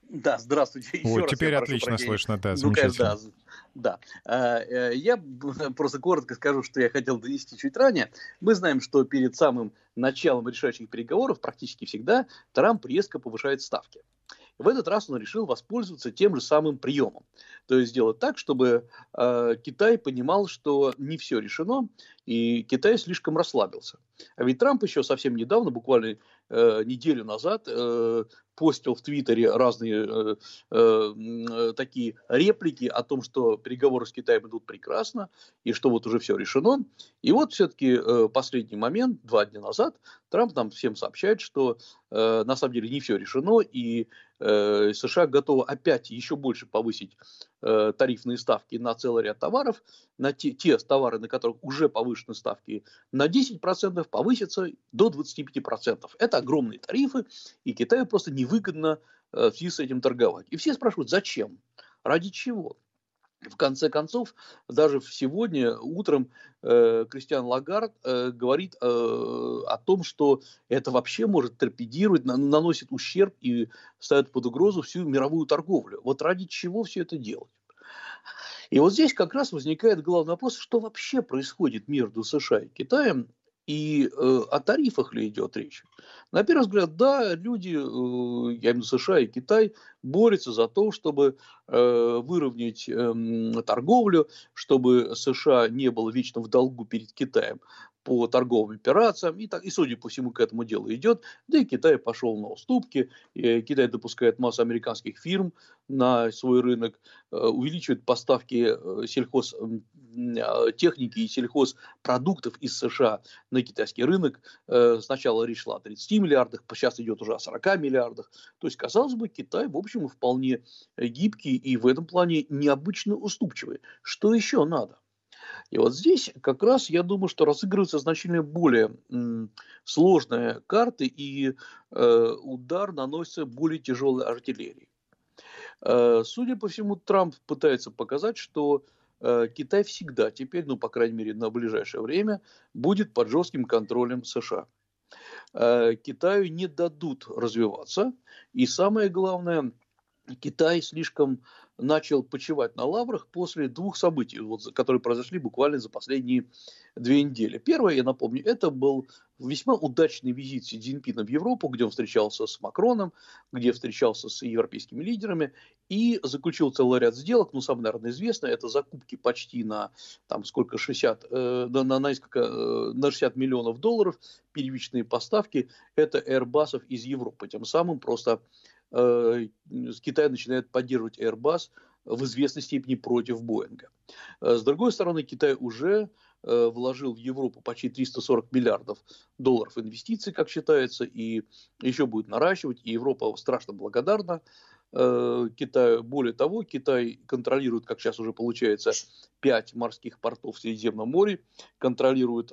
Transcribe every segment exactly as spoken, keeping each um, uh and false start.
Да, здравствуйте еще Вот, раз, я теперь прошу отлично прощения. слышно, да, Ну, конечно, да, замечательно. з- да. А, э, Я б- просто коротко скажу, что я хотел донести чуть ранее. Мы знаем, что перед самым началом решающих переговоров практически всегда Трамп резко повышает ставки. В этот раз он решил воспользоваться тем же самым приемом. То есть сделать так, чтобы э, Китай понимал, что не все решено, и Китай слишком расслабился. А ведь Трамп еще совсем недавно, буквально э, неделю назад, э, постил в Твиттере разные э, э, такие реплики о том, что переговоры с Китаем идут прекрасно, и что вот уже все решено. И вот все-таки э, последний момент, два дня назад, Трамп нам всем сообщает, что э, на самом деле не все решено, и э, США готовы опять еще больше повысить э, тарифные ставки на целый ряд товаров, на те, те товары, на которых уже повышены ставки на десять процентов, повысятся до двадцати пяти процентов. Это огромные тарифы, и Китаю просто невыгодно э, в связи с этим торговать. И все спрашивают, зачем? Ради чего? В конце концов, даже сегодня утром э, Кристиан Лагард э, говорит э, о том, что это вообще может торпедировать, на, наносит ущерб и ставит под угрозу всю мировую торговлю. Вот ради чего все это делать? И вот здесь как раз возникает главный вопрос, что вообще происходит между США и Китаем, и э, о тарифах ли идет речь? На первый взгляд, да, люди, э, я имею в виду США и Китай, борются за то, чтобы э, выровнять э, торговлю, чтобы США не было вечно в долгу перед Китаем по торговым операциям, и, так, и судя по всему, к этому делу идет, да и Китай пошел на уступки, и Китай допускает массу американских фирм на свой рынок, увеличивает поставки сельхозтехники и сельхозпродуктов из США на китайский рынок. Сначала речь шла о тридцати миллиардах, сейчас идет уже о сорока миллиардах. То есть, казалось бы, Китай, в общем, вполне гибкий и в этом плане необычно уступчивый. Что еще надо? И вот здесь как раз я думаю, что разыгрываются значительно более м, сложные карты, и э, удар наносится более тяжелой артиллерией. Э, Судя по всему, Трамп пытается показать, что э, Китай всегда теперь, ну, по крайней мере, на ближайшее время, будет под жестким контролем США. Э, Китаю не дадут развиваться, и самое главное, Китай слишком начал почивать на лаврах после двух событий, вот, которые произошли буквально за последние две недели. Первое, я напомню, это был весьма удачный визит Си Цзиньпина в Европу, где он встречался с Макроном, где встречался с европейскими лидерами и заключил целый ряд сделок. Ну, самое, наверное, известное, это закупки почти на, там, сколько, шестьдесят, э, на, на, несколько, э, на шестьдесят миллионов долларов, первичные поставки, это Airbus'ов из Европы. Тем самым просто Китай начинает поддерживать Airbus в известной степени против Боинга. С другой стороны, Китай уже вложил в Европу почти триста сорок миллиардов долларов инвестиций, как считается, и еще будет наращивать, и Европа страшно благодарна Китаю. Более того, Китай контролирует, как сейчас уже получается, пять морских портов в Средиземном море, контролирует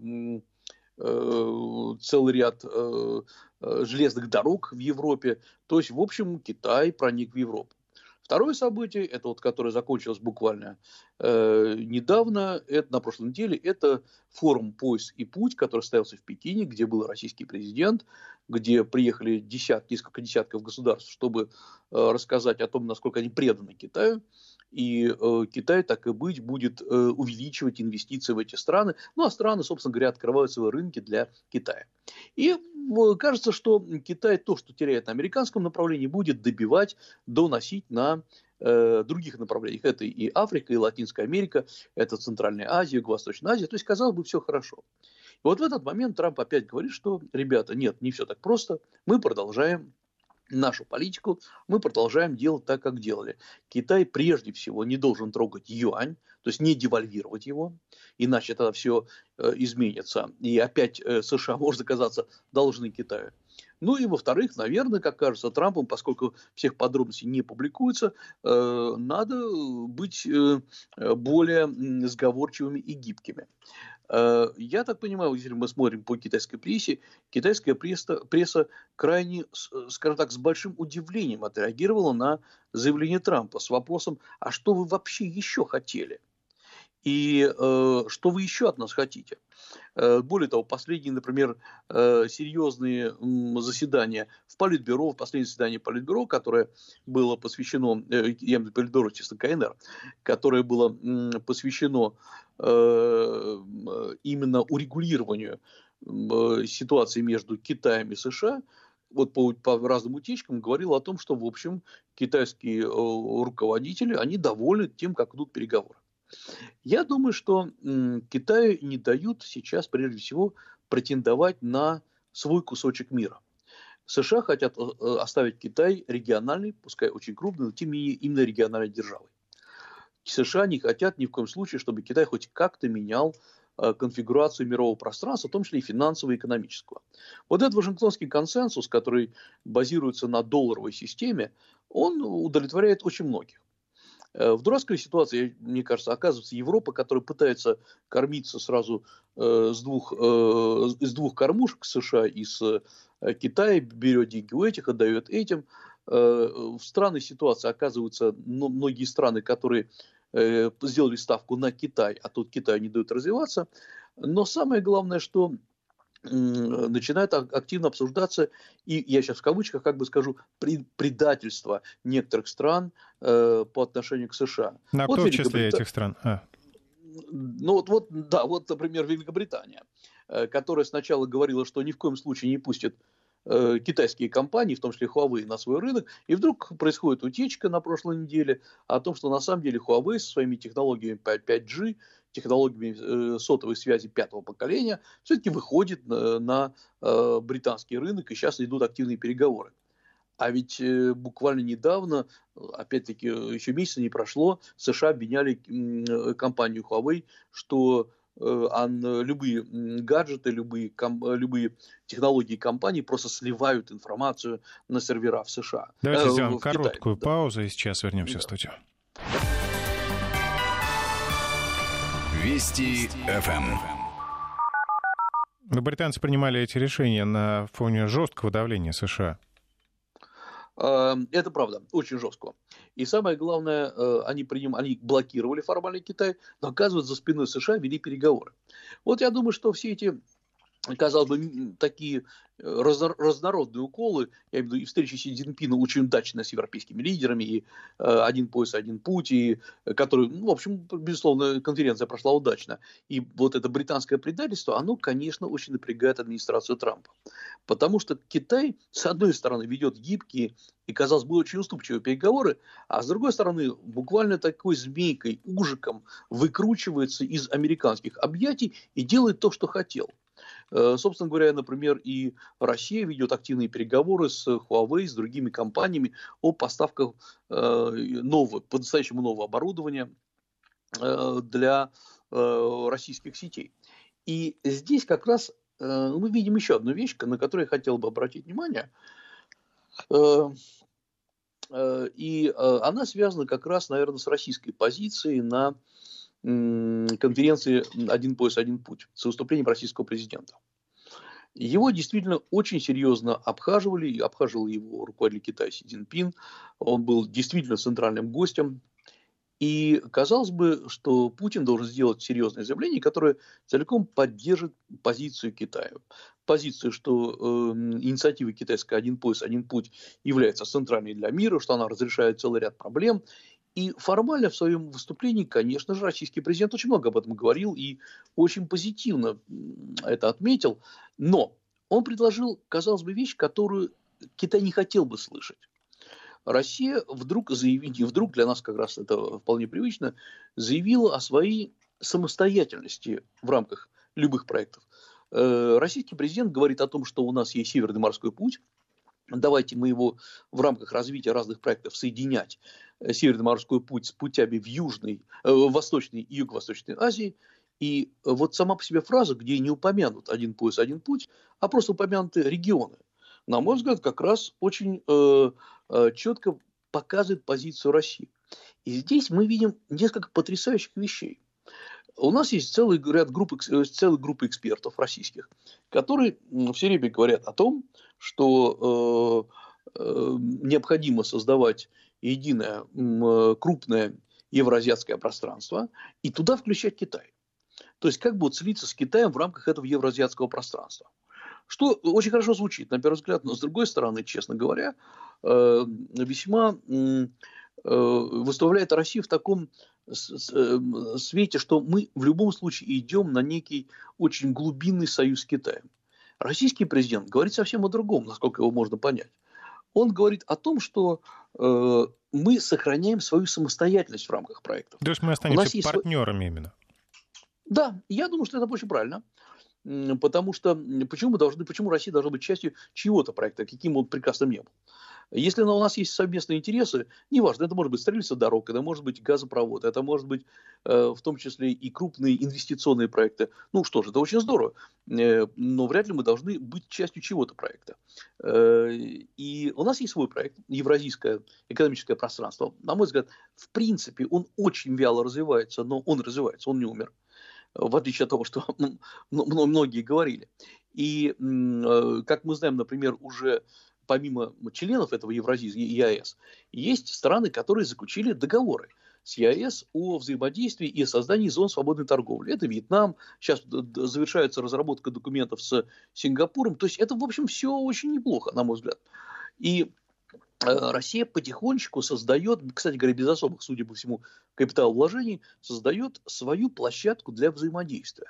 целый ряд железных дорог в Европе. То есть, в общем, Китай проник в Европу. Второе событие, это вот, которое закончилось буквально э, недавно, это на прошлой неделе, это форум «Пояс и путь», который состоялся в Пекине, где был российский президент, где приехали десят, несколько десятков государств, чтобы э, рассказать о том, насколько они преданы Китаю. И э, Китай, так и быть, будет э, увеличивать инвестиции в эти страны. Ну, а страны, собственно говоря, открывают свои рынки для Китая. И э, кажется, что Китай то, что теряет на американском направлении, будет добивать, доносить на э, других направлениях. Это и Африка, и Латинская Америка, это Центральная Азия, Юго-Восточная Азия. То есть, казалось бы, все хорошо. И вот в этот момент Трамп опять говорит, что, ребята, нет, не все так просто, мы продолжаем нашу политику, мы продолжаем делать так, как делали. Китай прежде всего не должен трогать юань, то есть не девальвировать его, иначе тогда все э, изменится. И опять э, США, может оказаться, должны Китаю. Ну и во-вторых, наверное, как кажется Трампом, поскольку всех подробностей не публикуется, э, надо быть э, более сговорчивыми и гибкими. Я так понимаю, если мы смотрим по китайской прессе, китайская пресса, пресса крайне, скажем так, с большим удивлением отреагировала на заявление Трампа с вопросом, а что вы вообще еще хотели? И э, что вы еще от нас хотите? Э, более того, последние, например, э, серьезные м, заседания в Политбюро, последнее заседание Политбюро, которое было посвящено, э, я имею в виду Политбюро, честно, КНР, которое было м, посвящено э, именно урегулированию э, ситуации между Китаем и США, вот по, по разным утечкам говорил о том, что, в общем, китайские э, руководители, они довольны тем, как идут переговоры. Я думаю, что м, Китаю не дают сейчас, прежде всего, претендовать на свой кусочек мира. США хотят э, оставить Китай региональной, пускай очень крупной, но тем не менее именно региональной державой. США не хотят ни в коем случае, чтобы Китай хоть как-то менял э, конфигурацию мирового пространства, в том числе и финансового и экономического. Вот этот Вашингтонский консенсус, который базируется на долларовой системе, он удовлетворяет очень многих. В дурацкой ситуации, мне кажется, оказывается Европа, которая пытается кормиться сразу э, с, двух, э, с двух кормушек, США и с э, Китая, берет деньги у этих, отдает этим. Э, в странной ситуации оказываются ну, многие страны, которые э, сделали ставку на Китай, а тут Китаю не дают развиваться. Но самое главное, что начинает активно обсуждаться, и я сейчас в кавычках как бы скажу, предательство некоторых стран э, по отношению к США. На вот кто в числе этих стран? А. Ну вот, вот, да, вот, например, Великобритания, э, которая сначала говорила, что ни в коем случае не пустит э, китайские компании, в том числе Huawei, на свой рынок, и вдруг происходит утечка на прошлой неделе о том, что на самом деле Huawei со своими технологиями пять джи, технологиями э, сотовой связи пятого поколения, все-таки выходит на, на э, британский рынок, и сейчас идут активные переговоры. А ведь э, буквально недавно, опять-таки, еще месяца не прошло, США обвиняли э, компанию Huawei, что э, он, любые гаджеты, любые, ком, любые технологии компании просто сливают информацию на сервера в США. Давайте э, сделаем в короткую Китае, паузу, и сейчас вернемся да. в студию. Вести эф эм. Британцы принимали эти решения на фоне жесткого давления США. Это правда, очень жестко. И самое главное, они, приним... они блокировали формально Китай, но, оказывается, за спиной США вели переговоры. Вот я думаю, что все эти, казалось бы, такие разнородные уколы, я имею в виду и встречи Си Цзиньпина очень удачно с европейскими лидерами, и э, один пояс, один путь, и, который, ну, в общем, безусловно, конференция прошла удачно. И вот это британское предательство, оно, конечно, очень напрягает администрацию Трампа. Потому что Китай, с одной стороны, ведет гибкие и, казалось бы, очень уступчивые переговоры, а с другой стороны, буквально такой змейкой, ужиком выкручивается из американских объятий и делает то, что хотел. Собственно говоря, например, и Россия ведет активные переговоры с Huawei, с другими компаниями о поставках нового, по-настоящему нового оборудования для российских сетей. И здесь как раз мы видим еще одну вещь, на которую я хотел бы обратить внимание. И она связана как раз, наверное, с российской позицией на конференции «Один пояс, один путь» с выступлением российского президента. Его действительно очень серьезно обхаживали, и обхаживал его руководитель Китая Си Цзиньпин. Он был действительно центральным гостем. И казалось бы, что Путин должен сделать серьезное заявление, которое целиком поддержит позицию Китая. Позицию, что э, инициатива китайская «Один пояс, один путь» является центральной для мира, что она разрешает целый ряд проблем. И формально в своем выступлении, конечно же, российский президент очень много об этом говорил и очень позитивно это отметил. Но он предложил, казалось бы, вещь, которую Китай не хотел бы слышать. Россия вдруг заявила, и вдруг для нас как раз это вполне привычно, заявила о своей самостоятельности в рамках любых проектов. Российский президент говорит о том, что у нас есть Северный морской путь. Давайте мы его в рамках развития разных проектов соединять, Северный морской путь с путями в Южной, э, Восточной и Юго-Восточной Азии. И вот сама по себе фраза, где не упомянут один пояс, один путь, а просто упомянуты регионы, на мой взгляд, как раз очень э, э, четко показывает позицию России. И здесь мы видим несколько потрясающих вещей. У нас есть целый ряд групп, целая группа экспертов российских, которые все время говорят о том, что э, э, необходимо создавать единое, э, крупное евроазиатское пространство и туда включать Китай. То есть как бы вот слиться с Китаем в рамках этого евроазиатского пространства. Что очень хорошо звучит, на первый взгляд, но с другой стороны, честно говоря, весьма выставляет Россию в таком свете, что мы в любом случае идем на некий очень глубинный союз с Китаем. Российский президент говорит совсем о другом, насколько его можно понять. Он говорит о том, что э, мы сохраняем свою самостоятельность в рамках проектов. То есть мы останемся партнерами свой... именно. Да, я думаю, что это очень правильно. Потому что почему, мы должны, почему Россия должна быть частью чьего-то проекта, каким он прекрасным не был. Если у нас есть совместные интересы, неважно, это может быть строительство дорог, это может быть газопровод, это может быть э, в том числе и крупные инвестиционные проекты. Ну что ж, это очень здорово, э, но вряд ли мы должны быть частью чего-то проекта. Э, и у нас есть свой проект, Евразийское экономическое пространство. На мой взгляд, в принципе, он очень вяло развивается, но он развивается, он не умер. В отличие от того, что многие говорили. И, как мы знаем, например, уже помимо членов этого Евразийского ЕАЭС, есть страны, которые заключили договоры с ЕАЭС о взаимодействии и создании зон свободной торговли. Это Вьетнам, сейчас завершается разработка документов с Сингапуром. То есть это, в общем, все очень неплохо, на мой взгляд. И Россия потихонечку создает, кстати говоря, без особых, судя по всему, капиталовложений, создает свою площадку для взаимодействия.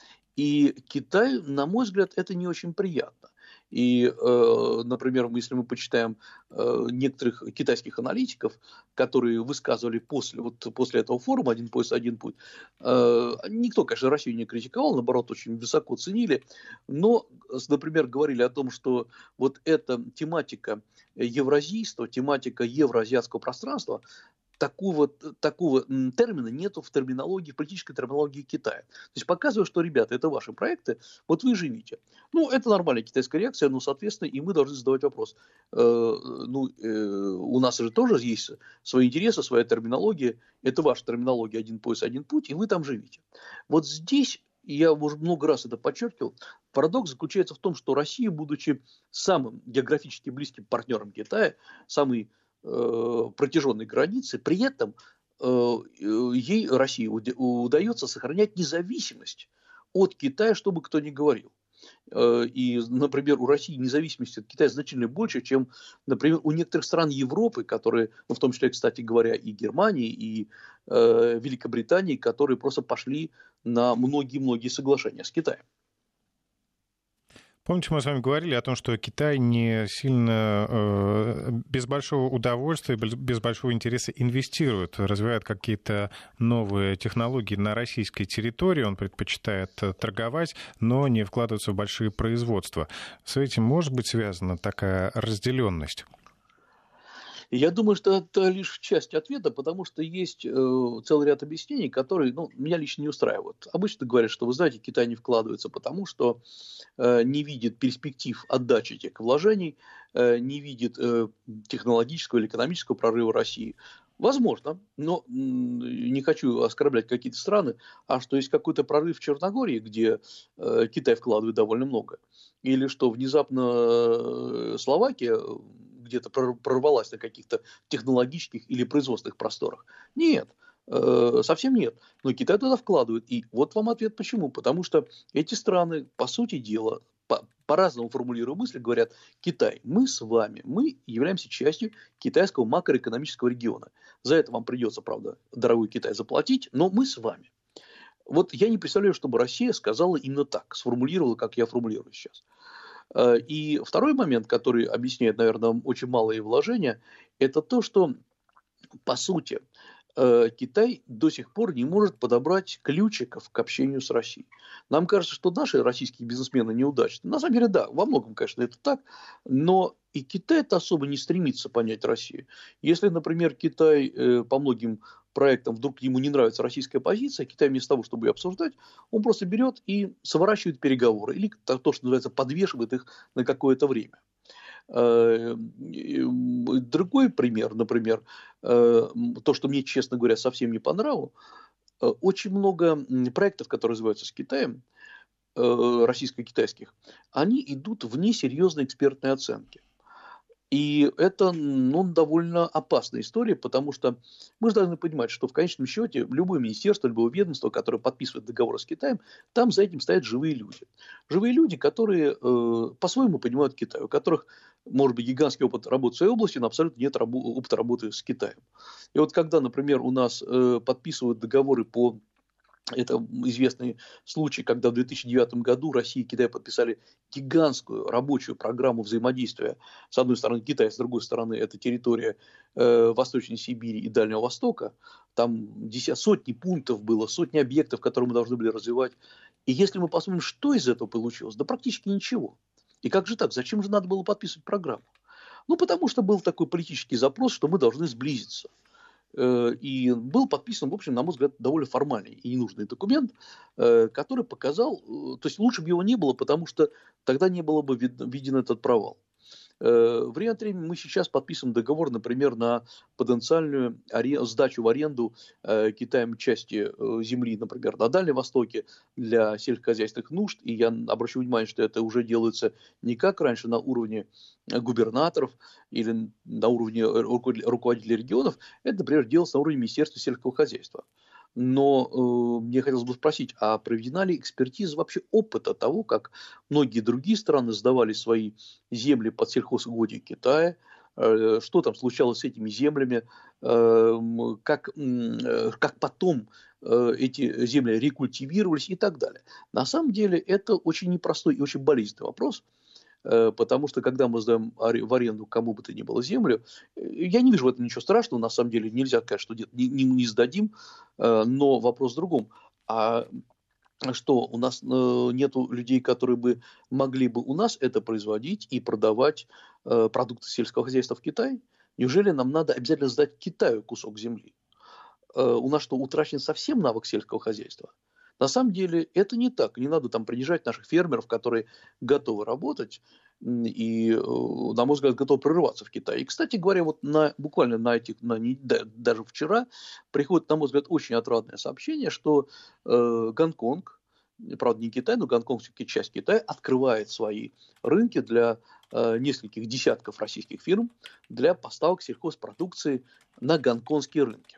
И Китай, на мой взгляд, это не очень приятно. И, э, например, если мы почитаем э, некоторых китайских аналитиков, которые высказывали после, вот после этого форума «Один пояс, один путь», э, никто, конечно, Россию не критиковал, наоборот, очень высоко ценили, но, например, говорили о том, что вот эта тематика евразийства, тематика евроазиатского пространства, Такого, такого термина нету в терминологии, в политической терминологии Китая. То есть показываю, что, ребята, это ваши проекты, вот вы живите. Ну, это нормальная китайская реакция, но, соответственно, и мы должны задавать вопрос. Э, ну, э, у нас же тоже есть свои интересы, своя терминология. Это ваша терминология «Один пояс, один путь», и вы там живите. Вот здесь, я уже много раз это подчеркивал, парадокс заключается в том, что Россия, будучи самым географически близким партнером Китая, самый протяженной границы, при этом э, ей, России, удается сохранять независимость от Китая, что бы кто ни говорил. Э, и, например, у России независимость от Китая значительно больше, чем, например, у некоторых стран Европы, которые, ну, в том числе, кстати говоря, и Германии, и э, Великобритании, которые просто пошли на многие-многие соглашения с Китаем. Помните, мы с вами говорили о том, что Китай не сильно, э, без большого удовольствия, без большого интереса инвестирует, развивает какие-то новые технологии на российской территории, он предпочитает торговать, но не вкладываться в большие производства. С этим может быть связана такая разделенность? Я думаю, что это лишь часть ответа, потому что есть э, целый ряд объяснений, которые, ну, меня лично не устраивают. Обычно говорят, что, вы знаете, Китай не вкладывается, потому что э, не видит перспектив отдачи этих вложений, э, не видит э, технологического или экономического прорыва России. Возможно, но не хочу оскорблять какие-то страны, а что есть какой-то прорыв в Черногории, где э, Китай вкладывает довольно много, или что внезапно Словакия где-то прорвалась на каких-то технологических или производственных просторах. Нет, э, совсем нет. Но Китай туда вкладывает. И вот вам ответ почему. Потому что эти страны, по сути дела, по, по-разному формулируя мысли, говорят: Китай, мы с вами, мы являемся частью китайского макроэкономического региона. За это вам придется, правда, дорогой Китай, заплатить, но мы с вами. Вот я не представляю, чтобы Россия сказала именно так, сформулировала, как я формулирую сейчас. И второй момент, который объясняет, наверное, очень малые вложения, это то, что, по сути, Китай до сих пор не может подобрать ключиков к общению с Россией. Нам кажется, что наши российские бизнесмены неудачны. На самом деле, да, во многом, конечно, это так, но и Китай-то особо не стремится понять Россию. Если, например, Китай по многим проектам вдруг ему не нравится российская позиция, Китай вместо того, чтобы ее обсуждать, он просто берет и сворачивает переговоры, или то, что называется, подвешивает их на какое-то время. Другой пример, например, то, что мне, честно говоря, совсем не понравилось, очень много проектов, которые развиваются с Китаем, российско-китайских, они идут вне серьезной экспертной оценки. И это, ну, довольно опасная история, потому что мы же должны понимать, что в конечном счете любое министерство, любое ведомство, которое подписывает договор с Китаем, там за этим стоят живые люди. Живые люди, которые э, по-своему понимают Китай, у которых, может быть, гигантский опыт работы в своей области, но абсолютно нет рабо- опыта работы с Китаем. И вот когда, например, у нас э, подписывают договоры по... Это известный случай, когда в две тысячи девятом году Россия и Китай подписали гигантскую рабочую программу взаимодействия. С одной стороны Китай, с другой стороны это территория э, Восточной Сибири и Дальнего Востока. Там десят, сотни пунктов было, сотни объектов, которые мы должны были развивать. И если мы посмотрим, что из этого получилось, да практически ничего. И как же так? Зачем же надо было подписывать программу? Ну, потому что был такой политический запрос, что мы должны сблизиться. И был подписан, в общем, на мой взгляд, довольно формальный и ненужный документ, который показал, то есть лучше бы его не было, потому что тогда не было бы виден этот провал. Время от времени мы сейчас подписываем договор, например, на потенциальную сдачу в аренду Китаем части земли, например, на Дальнем Востоке для сельскохозяйственных нужд. И я обращу внимание, что это уже делается не как раньше на уровне губернаторов или на уровне руководителей регионов. Это, например, делается на уровне Министерства сельского хозяйства. Но э, мне хотелось бы спросить, а проведена ли экспертиза вообще опыта того, как многие другие страны сдавали свои земли под сельхозугодие Китая, э, что там случалось с этими землями, э, как, э, как потом э, эти земли рекультивировались и так далее. На самом деле это очень непростой и очень болезненный вопрос. Потому что, когда мы сдаем в аренду кому бы то ни было землю, я не вижу в этом ничего страшного, на самом деле нельзя сказать, что не, не, не сдадим, но вопрос в другом. А что, у нас нету людей, которые бы могли бы у нас это производить и продавать продукты сельского хозяйства в Китай? Неужели нам надо обязательно сдать Китаю кусок земли? У нас что, утрачен совсем навык сельского хозяйства? На самом деле это не так. Не надо там принижать наших фермеров, которые готовы работать и, на мой взгляд, готовы прорываться в Китай. И, кстати говоря, вот на, буквально на этих, на, даже вчера приходит, на мой взгляд, очень отрадное сообщение, что э, Гонконг, правда не Китай, но Гонконг все-таки часть Китая, открывает свои рынки для э, нескольких десятков российских фирм для поставок сельхозпродукции на гонконгские рынки.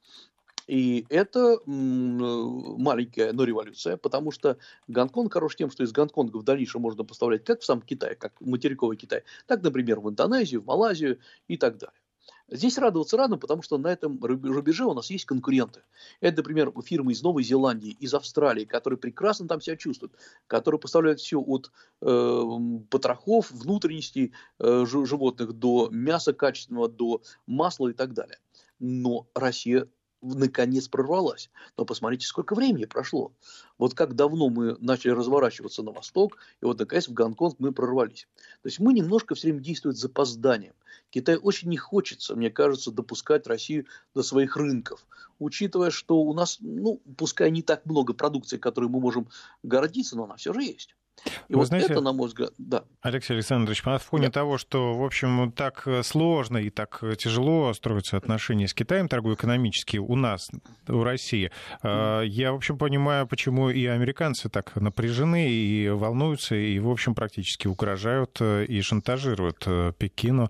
И это маленькая, но революция, потому что Гонконг хорош тем, что из Гонконга в дальнейшем можно поставлять как в сам Китай, как в материковый Китай, так, например, в Индонезию, в Малайзию и так далее. Здесь радоваться рано, потому что на этом рубеже у нас есть конкуренты. Это, например, фирмы из Новой Зеландии, из Австралии, которые прекрасно там себя чувствуют, которые поставляют все от э, потрохов, внутренностей э, животных до мяса качественного, до масла и так далее. Но Россия наконец прорвалась. Но посмотрите, сколько времени прошло. Вот как давно мы начали разворачиваться на восток, и вот наконец в Гонконг мы прорвались. То есть мы немножко все время действуем с запозданием. Китай очень не хочется, мне кажется, допускать Россию до своих рынков, учитывая, что у нас, ну, пускай не так много продукции, которой мы можем гордиться, но она все же есть. И Вы вот знаете, это, на мой взгляд, да. Алексей Александрович, на фоне да. того, что, в общем, так сложно и так тяжело строятся отношения с Китаем торгово-экономические у нас, у России, mm. я, в общем, понимаю, почему и американцы так напряжены и волнуются, и, в общем, практически угрожают и шантажируют Пекину,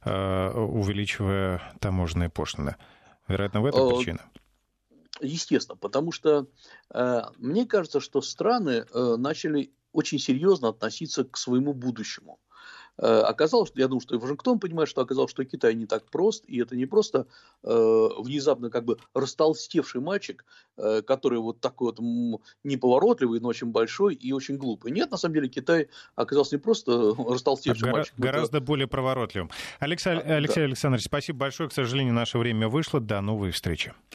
увеличивая таможенные пошлины. Вероятно, в этом причина. Естественно, потому что э, мне кажется, что страны э, начали очень серьезно относиться к своему будущему. Э, оказалось, что я думаю, что и Вашингтон понимает, что оказалось, что Китай не так прост, и это не просто э, внезапно как бы растолстевший мальчик, э, который вот такой вот неповоротливый, но очень большой и очень глупый. Нет, на самом деле Китай оказался не просто растолстевший а мальчик. Гораздо это... более проворотливым. Алексей, Алексей да. Александрович, спасибо большое. К сожалению, наше время вышло. До новой встречи.